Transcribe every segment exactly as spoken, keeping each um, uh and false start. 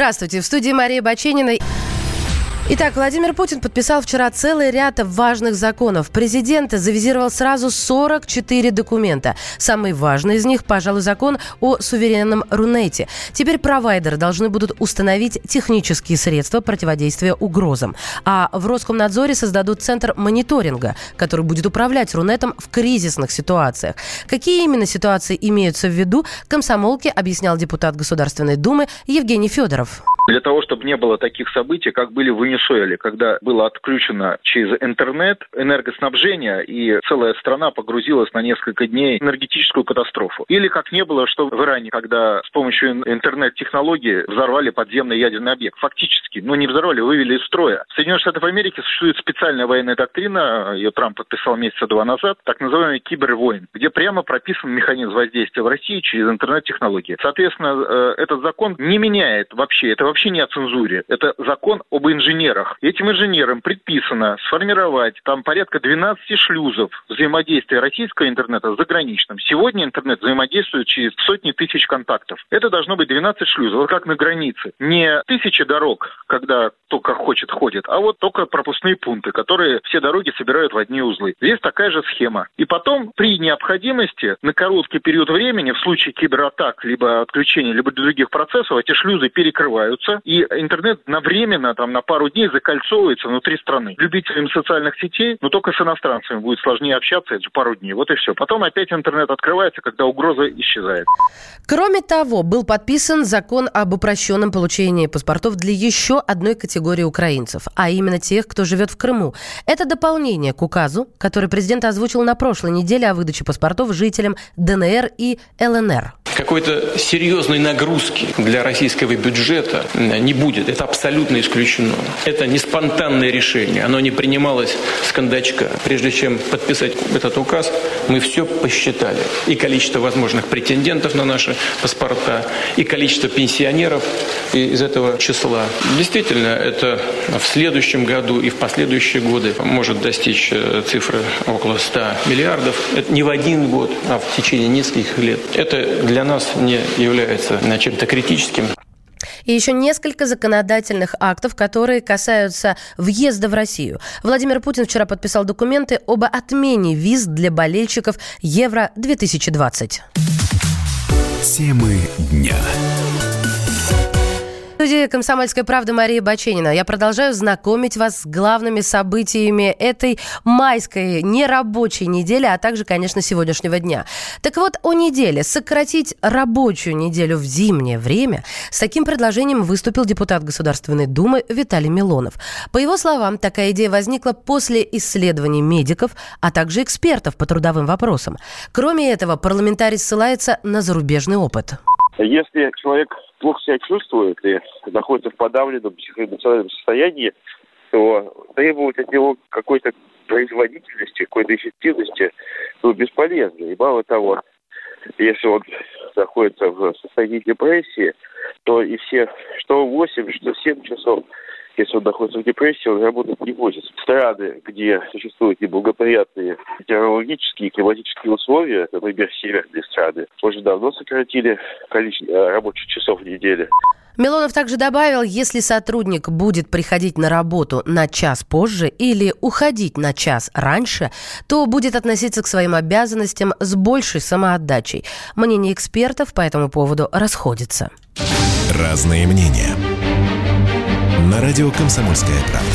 Здравствуйте, в студии Мария Баченина. Итак, Владимир Путин подписал вчера целый ряд важных законов. Президент завизировал сразу сорок четыре документа. Самый важный из них, пожалуй, закон о суверенном Рунете. Теперь провайдеры должны будут установить технические средства противодействия угрозам. А в Роскомнадзоре создадут центр мониторинга, который будет управлять Рунетом в кризисных ситуациях. Какие именно ситуации имеются в виду, комсомолке объяснял депутат Государственной Думы Евгений Федоров. Для того, чтобы не было таких событий, как были в Венесуэле, когда было отключено через интернет энергоснабжение, и целая страна погрузилась на несколько дней в энергетическую катастрофу. Или как не было, что в Иране, когда с помощью интернет-технологий взорвали подземный ядерный объект. Фактически, ну не взорвали, вывели из строя. В Соединенных Штатах Америки существует специальная военная доктрина, ее Трамп подписал месяца два назад, так называемый кибервойн, где прямо прописан механизм воздействия в России через интернет-технологии. Соответственно, этот закон не меняет вообще, это вообще не о цензуре. Это закон об инженерах. Этим инженерам предписано сформировать там порядка двенадцать шлюзов взаимодействия российского интернета с заграничным. Сегодня интернет взаимодействует через сотни тысяч контактов. Это должно быть двенадцать шлюзов, вот как на границе. Не тысячи дорог, когда кто как хочет ходит, а вот только пропускные пункты, которые все дороги собирают в одни узлы. Здесь такая же схема. И потом, при необходимости, на короткий период времени, в случае кибератак, либо отключения, либо других процессов, эти шлюзы перекрываются, и интернет на временно, там, на пару дней закольцовывается внутри страны. Любителям социальных сетей, но только с иностранцами будет сложнее общаться эти пару дней. Вот и все. Потом опять интернет открывается, когда угроза исчезает. Кроме того, был подписан закон об упрощенном получении паспортов для еще одной категории украинцев, а именно тех, кто живет в Крыму. Это дополнение к указу, который президент озвучил на прошлой неделе о выдаче паспортов жителям ДНР и ЛНР. Какой-то серьезной нагрузки для российского бюджета не будет. Это абсолютно исключено. Это не спонтанное решение. Оно не принималось с кондачка. Прежде чем подписать этот указ, мы все посчитали. И количество возможных претендентов на наши паспорта, и количество пенсионеров из этого числа. Действительно, это в следующем году и в последующие годы может достичь цифры около ста миллиардов. Это не в один год, а в течение нескольких лет. Это для нас не является чем-то критическим. И еще несколько законодательных актов, которые касаются въезда в Россию. Владимир Путин вчера подписал документы об отмене виз для болельщиков Евро две тысячи двадцать. Темы дня. В студии «Комсомольская правда» Мария Баченина. Я продолжаю знакомить вас с главными событиями этой майской нерабочей недели, а также, конечно, сегодняшнего дня. Так вот, о неделе. Сократить рабочую неделю в зимнее время. С таким предложением выступил депутат Государственной Думы Виталий Милонов. По его словам, такая идея возникла после исследований медиков, а также экспертов по трудовым вопросам. Кроме этого, парламентарий ссылается на зарубежный опыт. Если человек плохо себя чувствует и находится в подавленном психоэмоциональном состоянии, то требовать от него какой-то производительности, какой-то эффективности ну, бесполезно. И мало того, если он находится в состоянии депрессии, то и все, что восемь, что семь часов, если он находится в депрессии, он работать не будет. Страны, где существуют неблагоприятные метеорологические и климатические условия, например, северные страны, уже давно сократили количество рабочих часов в неделю. Милонов также добавил, если сотрудник будет приходить на работу на час позже или уходить на час раньше, то будет относиться к своим обязанностям с большей самоотдачей. Мнения экспертов по этому поводу расходятся. Разные мнения. На радио «Комсомольская правда».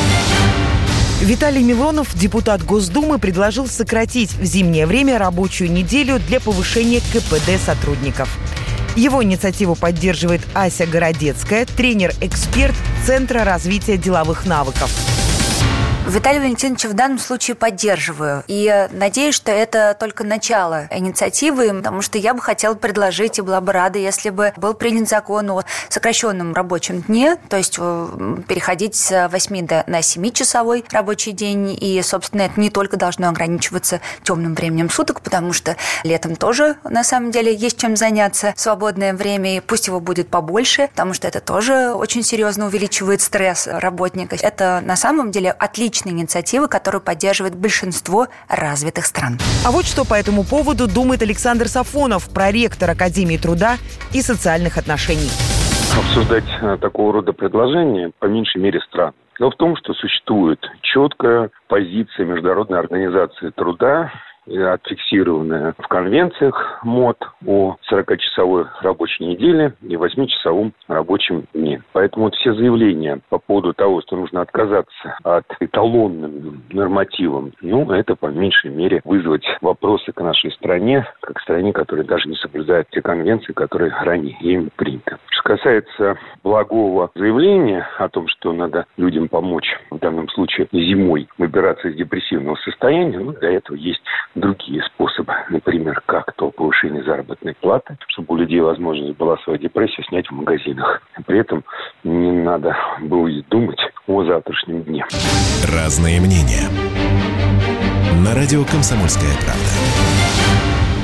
Виталий Милонов, депутат Госдумы, предложил сократить в зимнее время рабочую неделю для повышения ка пэ дэ сотрудников. Его инициативу поддерживает Ася Городецкая, тренер-эксперт Центра развития деловых навыков. Виталия Валентиновича в данном случае поддерживаю. И надеюсь, что это только начало инициативы, потому что я бы хотела предложить и была бы рада, если бы был принят закон о сокращенном рабочем дне, то есть переходить с восьми на семичасовой рабочий день. И, собственно, это не только должно ограничиваться темным временем суток, потому что летом тоже, на самом деле, есть чем заняться в свободное время, и пусть его будет побольше, потому что это тоже очень серьезно увеличивает стресс работника. Это, на самом деле, отличная инициатива, которую поддерживает большинство развитых стран. А вот что по этому поводу думает Александр Сафонов, проректор Академии труда и социальных отношений. Обсуждать такого рода предложения по меньшей мере странно. Дело в том, что существует четкая позиция Международной организации труда, отфиксированная в конвенциях МОД о сорокачасовой рабочей неделе и восьмичасовом рабочем дне. Поэтому вот все заявления по поводу того, что нужно отказаться от эталонным нормативам, ну, это по меньшей мере вызвать вопросы к нашей стране, как к стране, которая даже не соблюдает те конвенции, которые ранее ими приняты. Что касается благого заявления о том, что надо людям помочь, в данном случае зимой, выбираться из депрессивного состояния, ну, для этого есть другие способы. Например, как то повышение заработной платы, чтобы у людей возможность была свою депрессию снять в магазинах. При этом не надо было думать о завтрашнем дне. Разные мнения. На радио «Комсомольская правда».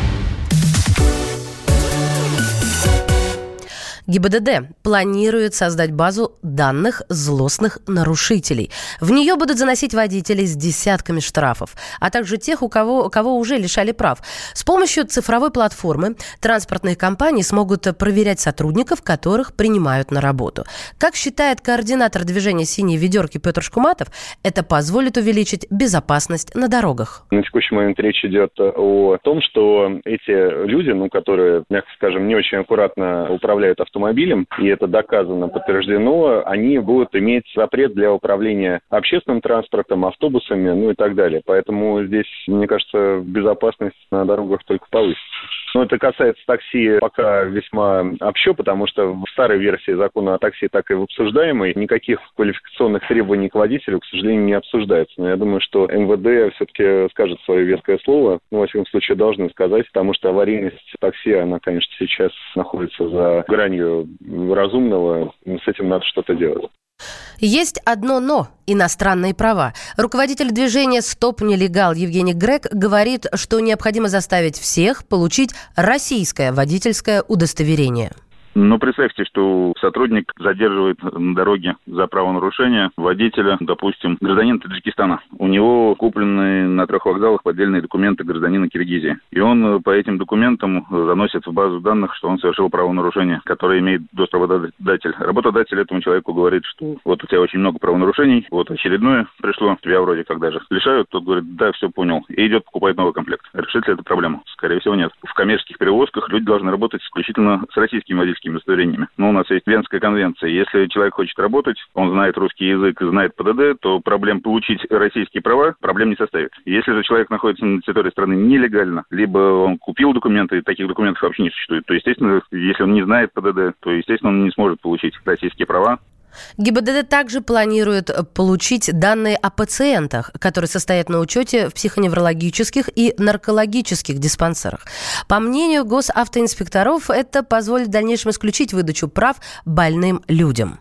ГИБДД планирует создать базу данных злостных нарушителей. В нее будут заносить водителей с десятками штрафов, а также тех, у кого, кого уже лишали прав. С помощью цифровой платформы транспортные компании смогут проверять сотрудников, которых принимают на работу. Как считает координатор движения «Синие ведерки» Петр Шкуматов, это позволит увеличить безопасность на дорогах. На текущий момент речь идет о том, что эти люди, ну, которые, мягко скажем, не очень аккуратно управляют автомобилем, автомобилем, и это доказано, подтверждено, они будут иметь запрет для управления общественным транспортом, автобусами, ну и так далее. Поэтому здесь, мне кажется, безопасность на дорогах только повысится. Но это касается такси пока весьма общо, потому что в старой версии закона о такси, так и в обсуждаемой, никаких квалификационных требований к водителю, к сожалению, не обсуждается. Но я думаю, что эм вэ дэ все-таки скажет свое веское слово, ну, во всяком случае, должны сказать, потому что аварийность такси, она, конечно, сейчас находится за гранью разумного, с этим надо что-то делать. Есть одно «но» – иностранные права. Руководитель движения «Стоп нелегал» Евгений Грек говорит, что необходимо заставить всех получить российское водительское удостоверение. Ну, представьте, что сотрудник задерживает на дороге за правонарушение водителя, допустим, гражданина Таджикистана. У него куплены на трех вокзалах поддельные документы гражданина Киргизии. И он по этим документам заносит в базу данных, что он совершил правонарушение, которое имеет доступ работодатель. Работодатель этому человеку говорит, что вот у тебя очень много правонарушений, вот очередное пришло, тебя вроде как даже лишают. Тот говорит, да, все понял, и идет покупать новый комплект. Решит ли эту проблему? Скорее всего, нет. В коммерческих перевозках люди должны работать исключительно с российскими водительскими удостоверениями. Но у нас есть Венская конвенция. Если человек хочет работать, он знает русский язык и знает пэ дэ дэ, то проблем получить российские права проблем не составит. Если же человек находится на территории страны нелегально, либо он купил документы, и таких документов вообще не существует, то, естественно, если он не знает пэ дэ дэ, то, естественно, он не сможет получить российские права. ГИБДД также планирует получить данные о пациентах, которые состоят на учете в психоневрологических и наркологических диспансерах. По мнению госавтоинспекторов, это позволит в дальнейшем исключить выдачу прав больным людям.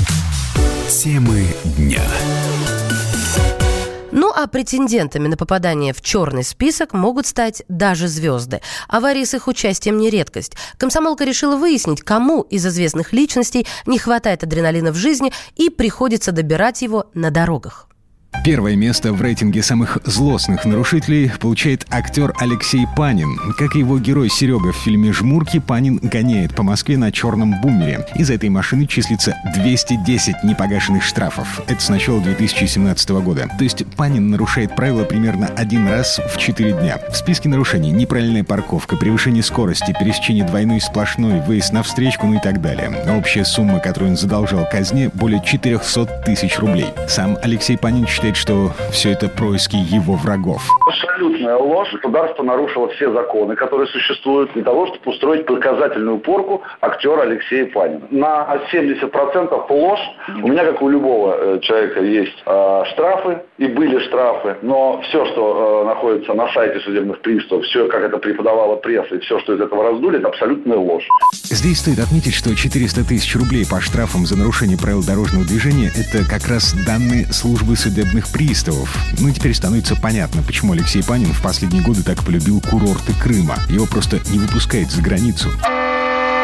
Темы дня. Ну а претендентами на попадание в черный список могут стать даже звезды. Аварии с их участием не редкость. Комсомолка решила выяснить, кому из известных личностей не хватает адреналина в жизни и приходится добирать его на дорогах. Первое место в рейтинге самых злостных нарушителей получает актер Алексей Панин. Как и его герой Серега в фильме «Жмурки», Панин гоняет по Москве на черном бумере. Из этой машины числится двести десять непогашенных штрафов. Это с начала две тысячи семнадцатого года. То есть Панин нарушает правила примерно один раз в четыре дня. В списке нарушений неправильная парковка, превышение скорости, пересечение двойной и сплошной, выезд на встречку, ну и так далее. Общая сумма, которую он задолжал казне, более четыреста тысяч рублей. Сам Алексей Панин считает, что все это происки его врагов. Абсолютная ложь. Государство нарушило все законы, которые существуют, для того, чтобы устроить показательную порку актера Алексея Панина. На семьдесят процентов ложь. У меня, как у любого человека, есть э, штрафы, и были штрафы, но все, что э, находится на сайте судебных приставов, все, как это преподавала пресса, и все, что из этого раздули, это абсолютная ложь. Здесь стоит отметить, что четыреста тысяч рублей по штрафам за нарушение правил дорожного движения – это как раз данные службы судебных приставов. Ну, теперь становится понятно, почему Алексей Панин в последние годы так полюбил курорты Крыма. Его просто не выпускает за границу.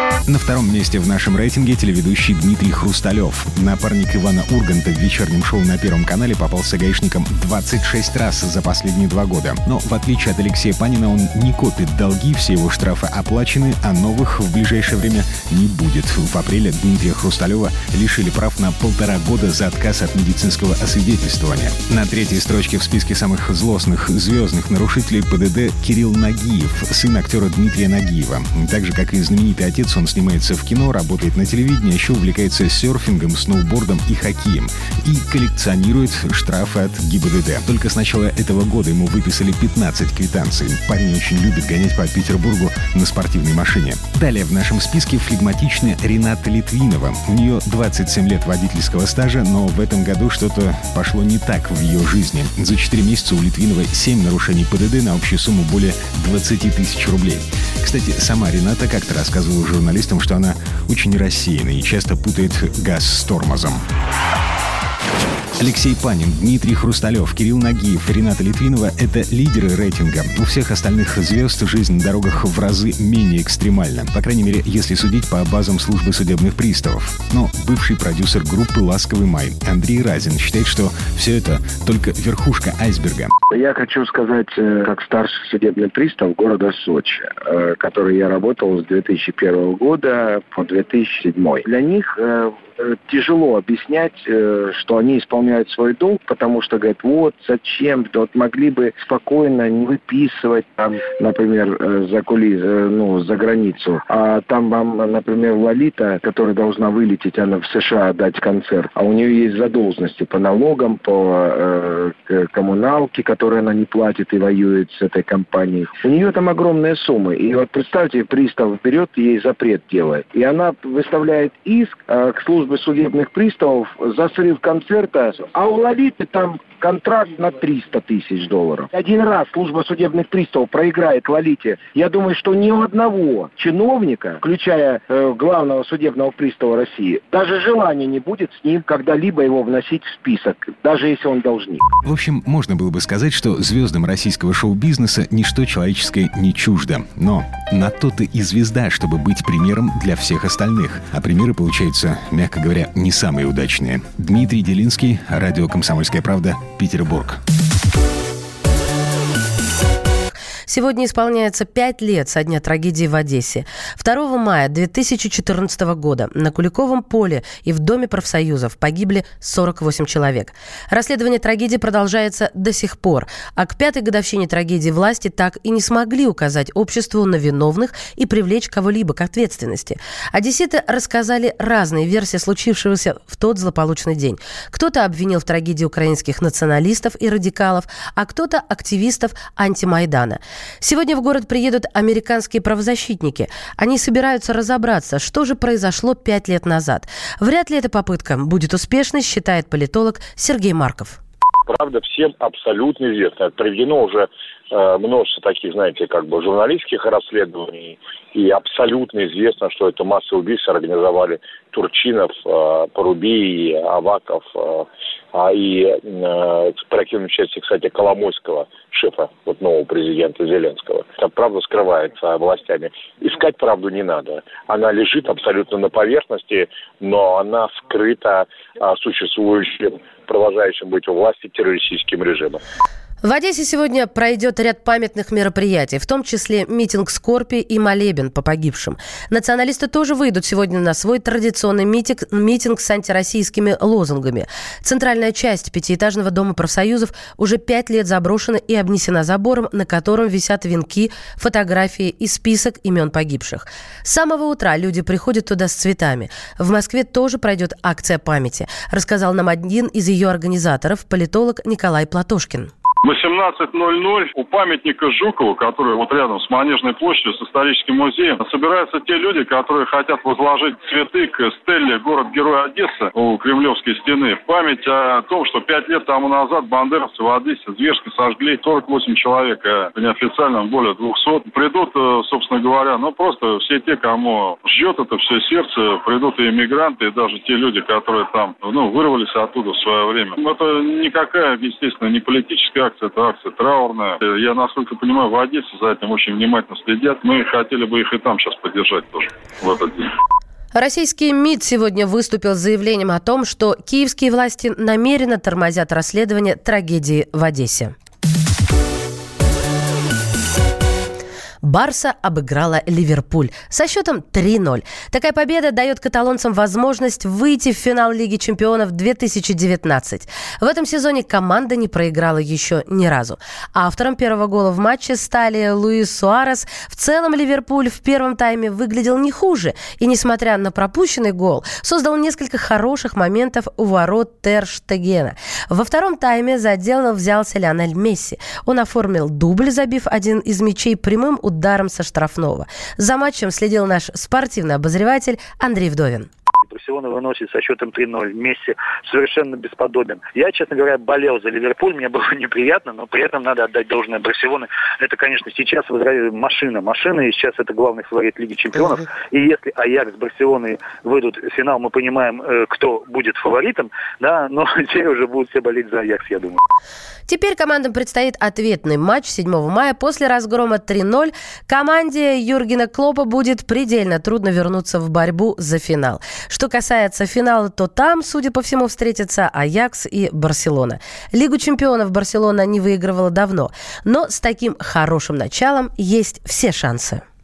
На втором месте в нашем рейтинге телеведущий Дмитрий Хрусталев. Напарник Ивана Урганта в вечернем шоу на Первом канале попался гаишникам двадцать шесть раз за последние два года. Но в отличие от Алексея Панина, он не копит долги, все его штрафы оплачены, а новых в ближайшее время не будет. В апреле Дмитрия Хрусталева лишили прав на полтора года за отказ от медицинского освидетельствования. На третьей строчке в списке самых злостных звездных нарушителей ПДД Кирилл Нагиев, сын актера Дмитрия Нагиева. Так же, как и знаменитый отец, он снимается в кино, работает на телевидении, еще увлекается серфингом, сноубордом и хоккеем. И коллекционирует штрафы от ГИБДД. Только с начала этого года ему выписали пятнадцать квитанций. Парень очень любит гонять по Петербургу на спортивной машине. Далее в нашем списке флегматичная Рената Литвинова. У нее двадцать семь лет водительского стажа, но в этом году что-то пошло не так в ее жизни. За четыре месяца у Литвиновой семь нарушений ПДД на общую сумму более двадцать тысяч рублей. Кстати, сама Рената как-то рассказывала журналистам, что она очень рассеяна и часто путает газ с тормозом. Алексей Панин, Дмитрий Хрусталев, Кирилл Нагиев, Рената Литвинова – это лидеры рейтинга. У всех остальных звезд жизнь на дорогах в разы менее экстремальна. По крайней мере, если судить по базам службы судебных приставов. Но бывший продюсер группы «Ласковый май» Андрей Разин считает, что все это только верхушка айсберга. Я хочу сказать, как старший судебный пристав города Сочи, который я работал с две тысячи первого года по две тысячи седьмой. Для них тяжело объяснять, что они исполняют свой долг, потому что говорят, вот зачем, вот могли бы спокойно не выписывать там, например, за кулис, ну, за границу. А там вам, например, Лолита, которая должна вылететь, она в США дать концерт, а у нее есть задолженности по налогам, по э, коммуналке, которую она не платит и воюет с этой компанией. У нее там огромные суммы. И вот представьте, пристав берет, ей запрет делает. И она выставляет иск э, к службе судебных приставов за срыв концерта, а у Лолиты там контракт на триста тысяч долларов. Один раз служба судебных приставов проиграет Лолите. Я думаю, что ни у одного чиновника, включая э, главного судебного пристава России, даже желания не будет с ним когда-либо его вносить в список, даже если он должник. В общем, можно было бы сказать, что звездам российского шоу-бизнеса ничто человеческое не чуждо. Но на то ты и звезда, чтобы быть примером для всех остальных. А примеры получаются, мягко говоря, не самые удачные. Дмитрий Делинский, радио «Комсомольская правда», Петербург. Сегодня исполняется пять лет со дня трагедии в Одессе. второго мая две тысячи четырнадцатого года на Куликовом поле и в Доме профсоюзов погибли сорок восемь человек. Расследование трагедии продолжается до сих пор, а к пятой годовщине трагедии власти так и не смогли указать обществу на виновных и привлечь кого-либо к ответственности. Одесситы рассказали разные версии случившегося в тот злополучный день. Кто-то обвинил в трагедии украинских националистов и радикалов, а кто-то активистов антимайдана. Сегодня в город приедут американские правозащитники. Они собираются разобраться, что же произошло пять лет назад. Вряд ли эта попытка будет успешной, считает политолог Сергей Марков. Правда, всем абсолютно известно. Проведено уже э, множество таких, знаете, как бы журналистских расследований. И абсолютно известно, что это массовое убийство организовали Турчинов, э, Поруби, Аваков э, и э, оперативной части, кстати, Коломойского, шефа вот нового президента Зеленского. Там правда скрывается властями. Искать правду не надо. Она лежит абсолютно на поверхности, но она скрыта а, существующим, продолжающим быть у власти террористическим режимом. В Одессе сегодня пройдет ряд памятных мероприятий, в том числе митинг скорби и молебен по погибшим. Националисты тоже выйдут сегодня на свой традиционный митинг, митинг с антироссийскими лозунгами. Центральная часть пятиэтажного дома профсоюзов уже пять лет заброшена и обнесена забором, на котором висят венки, фотографии и список имен погибших. С самого утра люди приходят туда с цветами. В Москве тоже пройдет акция памяти, рассказал нам один из ее организаторов, политолог Николай Платошкин. восемнадцать ноль ноль у памятника Жукову, который вот рядом с Манежной площадью, с историческим музеем, собираются те люди, которые хотят возложить цветы к стелле «Город-герой Одессы» у Кремлевской стены в память о том, что пять лет тому назад бандеровцы в Одессе зверски сожгли сорок восемь человек, а неофициально более двухсот. Придут, собственно говоря, ну просто все те, кому ждет это все сердце, придут и иммигранты, и даже те люди, которые там, ну, вырвались оттуда в свое время. Это никакая, естественно, не политическая акция. акция – это акция траурная. Я, насколько понимаю, в Одессе за этим очень внимательно следят. Мы хотели бы их и там сейчас поддержать тоже в этот день. Российский МИД сегодня выступил с заявлением о том, что киевские власти намеренно тормозят расследование трагедии в Одессе. Барса обыграла Ливерпуль со счетом три ноль. Такая победа дает каталонцам возможность выйти в финал Лиги чемпионов две тысячи девятнадцать. В этом сезоне команда не проиграла еще ни разу. Автором первого гола в матче стали Луис Суарес. В целом Ливерпуль в первом тайме выглядел не хуже. И, несмотря на пропущенный гол, создал несколько хороших моментов у ворот Тер Штегена. Во втором тайме за дело взялся Лионель Месси. Он оформил дубль, забив один из мячей прямым ударом ударом со штрафного. За матчем следил наш спортивный обозреватель Андрей Вдовин. Барселона выносит со счетом три ноль. Месси совершенно бесподобен. Я, честно говоря, болел за Ливерпуль, мне было неприятно, но при этом надо отдать должное Барселоне. Это, конечно, сейчас машина. Машина, и сейчас это главный фаворит Лиги чемпионов. И если Аякс с Барселоной выйдут в финал, мы понимаем, кто будет фаворитом, да, но теперь уже будут все болеть за Аякс, я думаю. Теперь командам предстоит ответный матч седьмого мая. После разгрома три ноль команде Юргена Клоппа будет предельно трудно вернуться в борьбу за финал. Что касается финала, то там, судя по всему, встретятся Аякс и Барселона. Лигу чемпионов Барселона не выигрывала давно, но с таким хорошим началом есть все шансы.